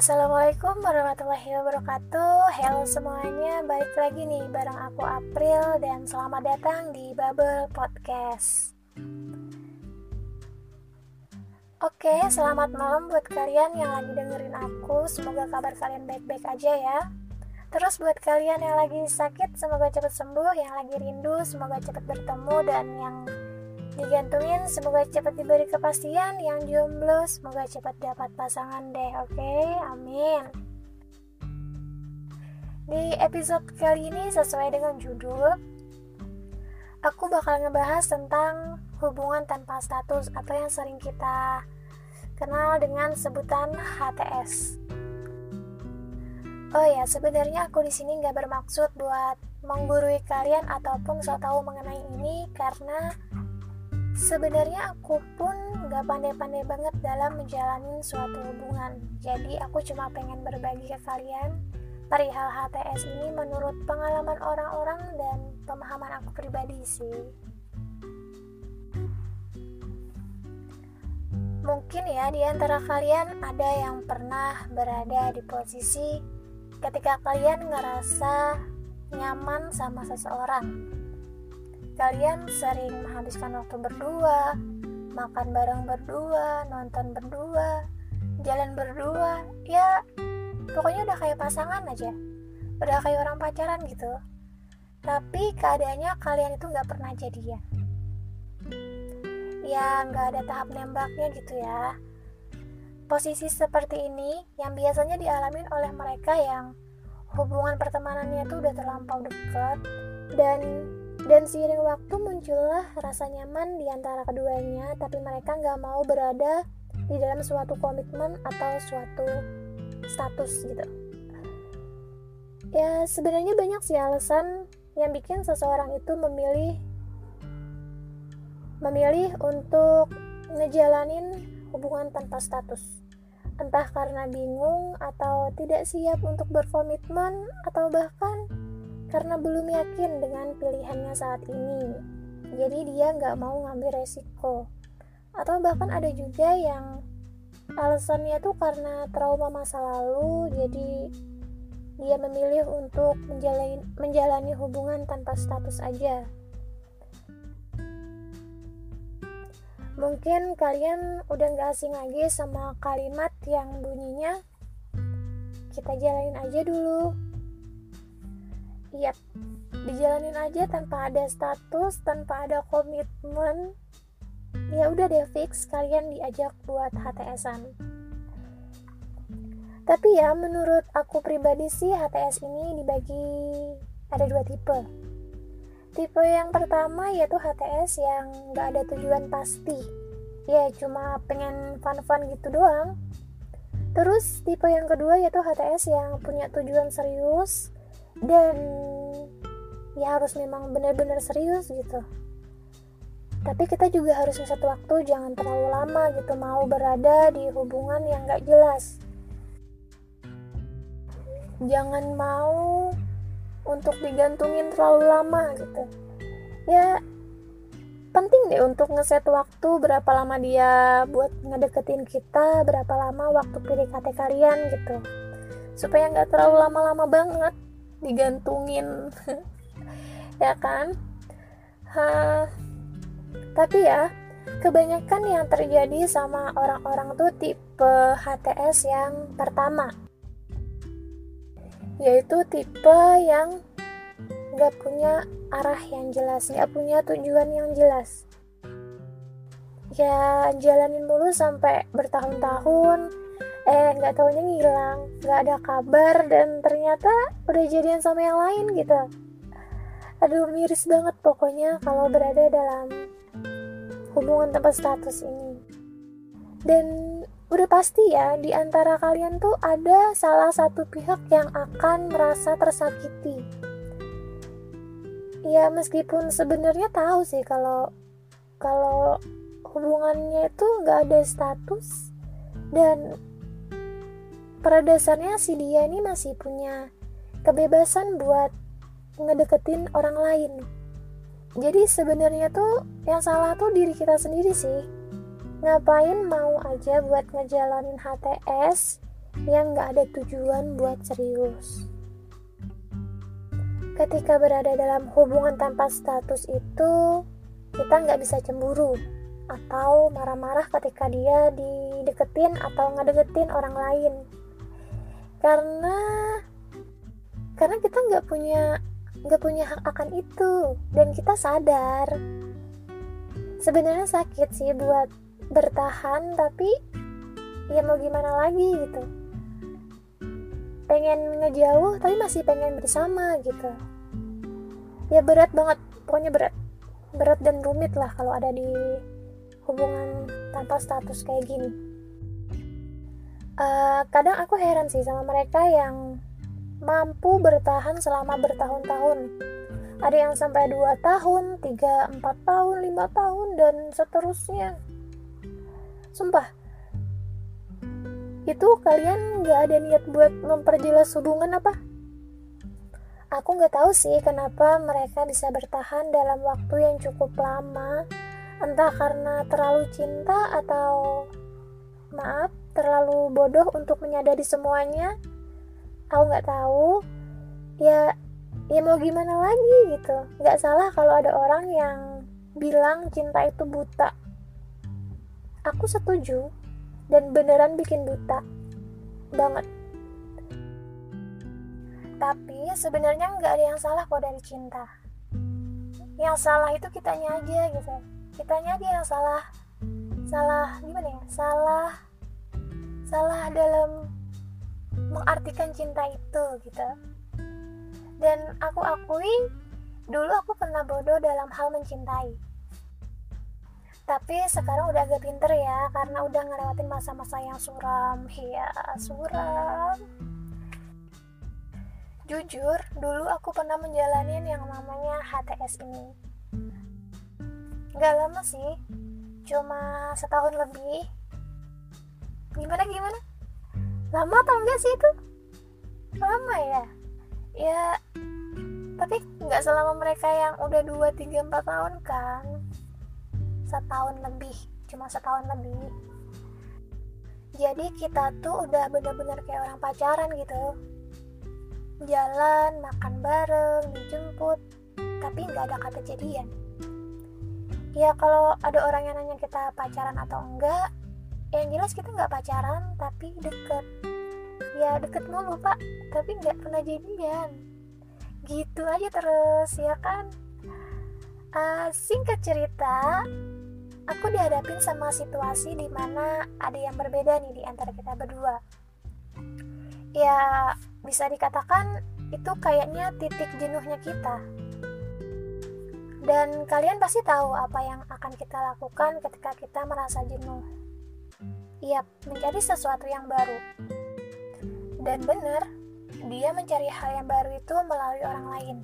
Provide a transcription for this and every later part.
Assalamualaikum warahmatullahi wabarakatuh. Halo semuanya, balik lagi nih bareng aku April dan selamat datang di Bubble Podcast. Oke, selamat malam buat kalian yang lagi dengerin aku. Semoga kabar kalian baik-baik aja ya. Terus buat kalian yang lagi sakit, semoga cepat sembuh. Yang lagi rindu, semoga cepat bertemu. Dan yang digantungin, semoga cepat diberi kepastian. Yang jomblo, semoga cepat dapat pasangan deh. Oke, amin. Di episode kali ini sesuai dengan judul, aku bakal ngebahas tentang hubungan tanpa status atau yang sering kita kenal dengan sebutan HTS. Oh ya, sebenarnya aku di sini nggak bermaksud buat menggurui kalian ataupun so tahu mengenai ini, karena sebenarnya aku pun nggak pandai-pandai banget dalam menjalani suatu hubungan. Jadi aku cuma pengen berbagi ke kalian perihal HTS ini menurut pengalaman orang-orang dan pemahaman aku pribadi sih. Mungkin ya di antara kalian ada yang pernah berada di posisi ketika kalian ngerasa nyaman sama seseorang. Kalian sering menghabiskan waktu berdua, makan bareng berdua, nonton berdua, jalan berdua, ya pokoknya udah kayak pasangan aja, udah kayak orang pacaran gitu. Tapi keadaannya kalian itu gak pernah jadian. Ya gak ada tahap nembaknya gitu ya. Posisi seperti ini yang biasanya dialamin oleh mereka yang hubungan pertemanannya itu udah terlampau dekat, dan seiring waktu muncullah rasa nyaman di antara keduanya, tapi mereka gak mau berada di dalam suatu komitmen atau suatu status gitu. Ya sebenarnya banyak sih alasan yang bikin seseorang itu memilih untuk ngejalanin hubungan tanpa status. Entah karena bingung atau tidak siap untuk berkomitmen, atau bahkan karena belum yakin dengan pilihannya saat ini. Jadi dia gak mau ngambil resiko. Atau bahkan ada juga yang alasannya tuh karena trauma masa lalu, jadi dia memilih untuk menjalani hubungan tanpa status aja. Mungkin kalian udah gak asing lagi sama kalimat yang bunyinya, kita jalanin aja dulu. Yap, dijalanin aja tanpa ada status, tanpa ada komitmen. Ya udah deh, fix kalian diajak buat HTS-an. Tapi ya menurut aku pribadi sih HTS ini dibagi ada 2 tipe. Tipe yang pertama yaitu HTS yang gak ada tujuan pasti, ya cuma pengen fun-fun gitu doang. Terus tipe yang kedua yaitu HTS yang punya tujuan serius, dan ya harus memang benar-benar serius gitu. Tapi kita juga harus ngeset waktu, jangan terlalu lama gitu mau berada di hubungan yang gak jelas. Jangan mau untuk digantungin terlalu lama gitu. Ya penting deh untuk ngeset waktu berapa lama dia buat ngedeketin kita, berapa lama waktu PDKT kalian gitu, supaya gak terlalu lama-lama banget digantungin. Ya kan? Tapi ya kebanyakan yang terjadi sama orang-orang tuh tipe HTS yang pertama, yaitu tipe yang gak punya arah yang jelas, gak punya tujuan yang jelas. Ya jalanin mulu sampai bertahun-tahun, gak taunya ngilang, gak ada kabar, dan ternyata udah jadian sama yang lain gitu. Aduh, miris banget pokoknya kalau berada dalam hubungan tanpa status ini. Dan udah pasti ya di antara kalian tuh ada salah satu pihak yang akan merasa tersakiti. Ya meskipun sebenarnya tahu sih kalau hubungannya itu gak ada status, dan pada dasarnya si dia ini masih punya kebebasan buat ngedeketin orang lain. Jadi sebenarnya tuh yang salah tuh diri kita sendiri sih. Ngapain mau aja buat ngejalanin HTS yang gak ada tujuan buat serius. Ketika berada dalam hubungan tanpa status itu, kita gak bisa cemburu atau marah-marah ketika dia dideketin atau ngedeketin orang lain. Karena kita nggak punya hak akan itu, dan kita sadar sebenarnya sakit sih buat bertahan, tapi ya mau gimana lagi gitu. Pengen ngejauh tapi masih pengen bersama gitu. Ya berat banget, pokoknya berat dan rumit lah kalau ada di hubungan tanpa status kayak gini. Kadang aku heran sih sama mereka yang mampu bertahan selama bertahun-tahun. Ada yang sampai 2 tahun, 3, 4 tahun, 5 tahun, dan seterusnya. Sumpah, itu kalian gak ada niat buat memperjelas hubungan apa? Aku gak tahu sih kenapa mereka bisa bertahan dalam waktu yang cukup lama. Entah karena terlalu cinta atau terlalu bodoh untuk menyadari semuanya. Aku nggak tahu. Ya mau gimana lagi gitu. Nggak salah kalau ada orang yang bilang cinta itu buta. Aku setuju, dan beneran bikin buta banget. Tapi sebenarnya nggak ada yang salah kok dari cinta. Yang salah itu kitanya aja gitu. Kitanya aja yang salah gimana ya? Salah dalam mengartikan cinta itu gitu. Dan aku akui dulu aku pernah bodoh dalam hal mencintai. Tapi sekarang udah agak pinter ya, karena udah ngelewatin masa-masa yang suram. Ya, suram. Jujur, dulu aku pernah menjalani yang namanya HTS ini. Gak lama sih, cuma setahun lebih. Gimana? Lama atau enggak sih itu? Lama ya? Ya, tapi gak selama mereka yang udah 2, 3, 4 tahun kan. Cuma setahun lebih. Jadi kita tuh udah bener-bener kayak orang pacaran gitu. Jalan, makan bareng, dijemput, tapi gak ada kata jadian. Ya kalau ada orang yang nanya kita pacaran atau enggak, yang jelas kita nggak pacaran tapi deket. Ya deket mulu pak, tapi nggak pernah jadian. Gitu aja terus ya kan. Singkat cerita, aku dihadapin sama situasi dimana ada yang berbeda nih di antara kita berdua. Ya bisa dikatakan itu kayaknya titik jenuhnya kita. Dan kalian pasti tahu apa yang akan kita lakukan ketika kita merasa jenuh. Yap, mencari sesuatu yang baru. Dan benar, dia mencari hal yang baru itu melalui orang lain.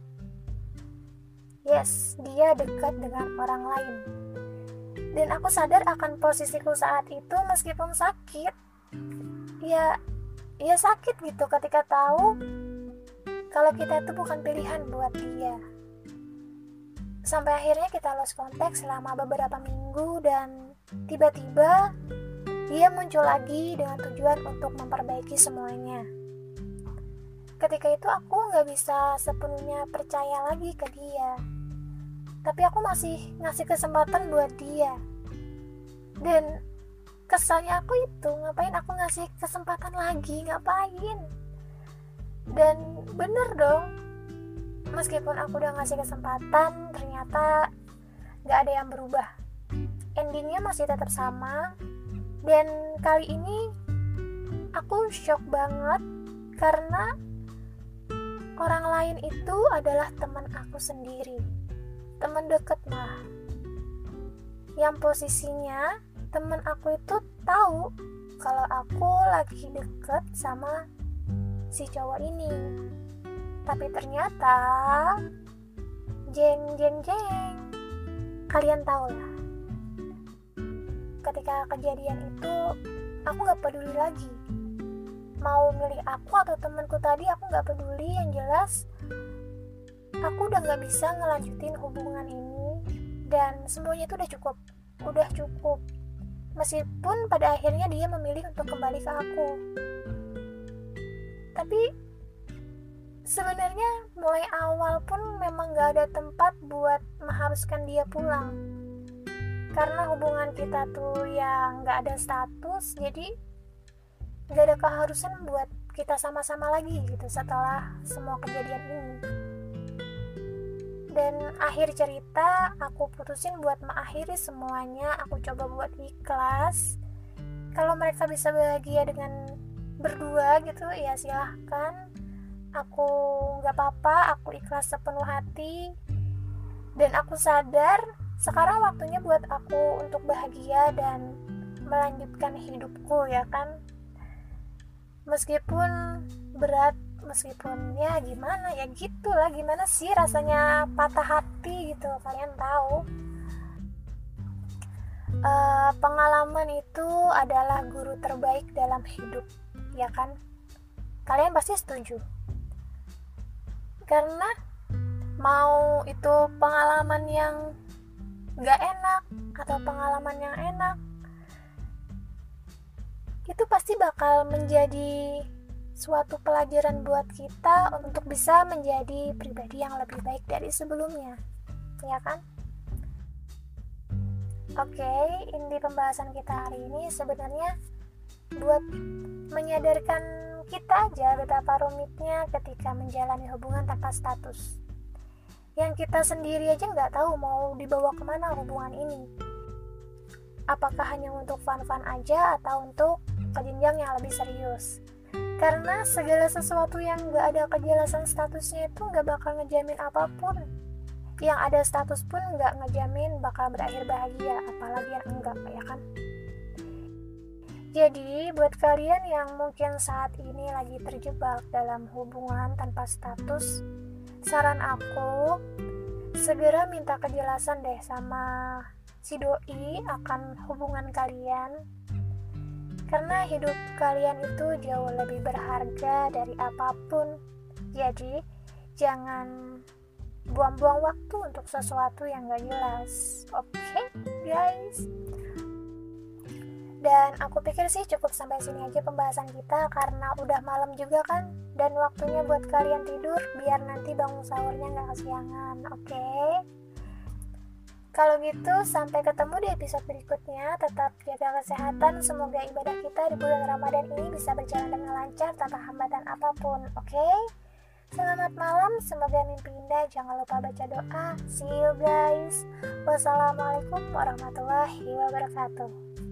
Yes, dia dekat dengan orang lain. Dan aku sadar akan posisiku saat itu meskipun sakit. Ya sakit gitu ketika tahu kalau kita itu bukan pilihan buat dia. Sampai akhirnya kita lost contact selama beberapa minggu, dan tiba-tiba dia muncul lagi dengan tujuan untuk memperbaiki semuanya. Ketika itu aku gak bisa sepenuhnya percaya lagi ke dia, tapi aku masih ngasih kesempatan buat dia. Dan kesannya aku itu, ngapain aku ngasih kesempatan lagi, ngapain? Dan bener dong, meskipun aku udah ngasih kesempatan, ternyata gak ada yang berubah. Endingnya masih tetap sama. Dan kali ini aku shock banget karena orang lain itu adalah teman aku sendiri. Teman deket mah. Yang posisinya teman aku itu tahu kalau aku lagi deket sama si cowok ini. Tapi ternyata jeng kalian tahu lah, ketika kejadian itu aku gak peduli lagi mau milih aku atau temanku tadi. Aku gak peduli, yang jelas aku udah gak bisa ngelanjutin hubungan ini, dan semuanya itu udah cukup. Meskipun pada akhirnya dia memilih untuk kembali ke aku. Tapi sebenarnya mulai awal pun memang gak ada tempat buat mengharuskan dia pulang, karena hubungan kita tuh yang gak ada status, jadi gak ada keharusan buat kita sama-sama lagi gitu setelah semua kejadian ini. Dan akhir cerita, aku putusin buat mengakhiri semuanya. Aku coba buat ikhlas. Kalau mereka bisa bahagia dengan berdua gitu, ya silahkan. Aku gak apa-apa, aku ikhlas sepenuh hati. Dan aku sadar sekarang waktunya buat aku untuk bahagia dan melanjutkan hidupku, ya kan. Meskipun berat, meskipun ya gimana, ya gitulah, gimana sih rasanya patah hati gitu, kalian tahu. Pengalaman itu adalah guru terbaik dalam hidup, ya kan? Kalian pasti setuju. Karena mau itu pengalaman yang gak enak atau pengalaman yang enak, itu pasti bakal menjadi suatu pelajaran buat kita untuk bisa menjadi pribadi yang lebih baik dari sebelumnya, ya kan? Oke, inti pembahasan kita hari ini sebenarnya buat menyadarkan kita aja betapa rumitnya ketika menjalani hubungan tanpa status, yang kita sendiri aja nggak tahu mau dibawa kemana hubungan ini. Apakah hanya untuk fun-fun aja atau untuk ke jenjang yang lebih serius? Karena segala sesuatu yang gak ada kejelasan statusnya itu gak bakal ngejamin apapun. Yang ada status pun gak ngejamin bakal berakhir bahagia, apalagi yang enggak, ya kan? Jadi buat kalian yang mungkin saat ini lagi terjebak dalam hubungan tanpa status, saran aku segera minta kejelasan deh sama si doi akan hubungan kalian, karena hidup kalian itu jauh lebih berharga dari apapun. Jadi jangan buang-buang waktu untuk sesuatu yang gak jelas. Oke, guys. Dan aku pikir sih cukup sampai sini aja pembahasan kita, karena udah malam juga kan, dan waktunya buat kalian tidur biar nanti bangun sahurnya gak kesiangan. Oke? Kalau gitu, sampai ketemu di episode berikutnya. Tetap jaga kesehatan. Semoga ibadah kita di bulan Ramadan ini bisa berjalan dengan lancar tanpa hambatan apapun. Oke? Selamat malam. Semoga mimpi indah. Jangan lupa baca doa. See you guys. Wassalamualaikum warahmatullahi wabarakatuh.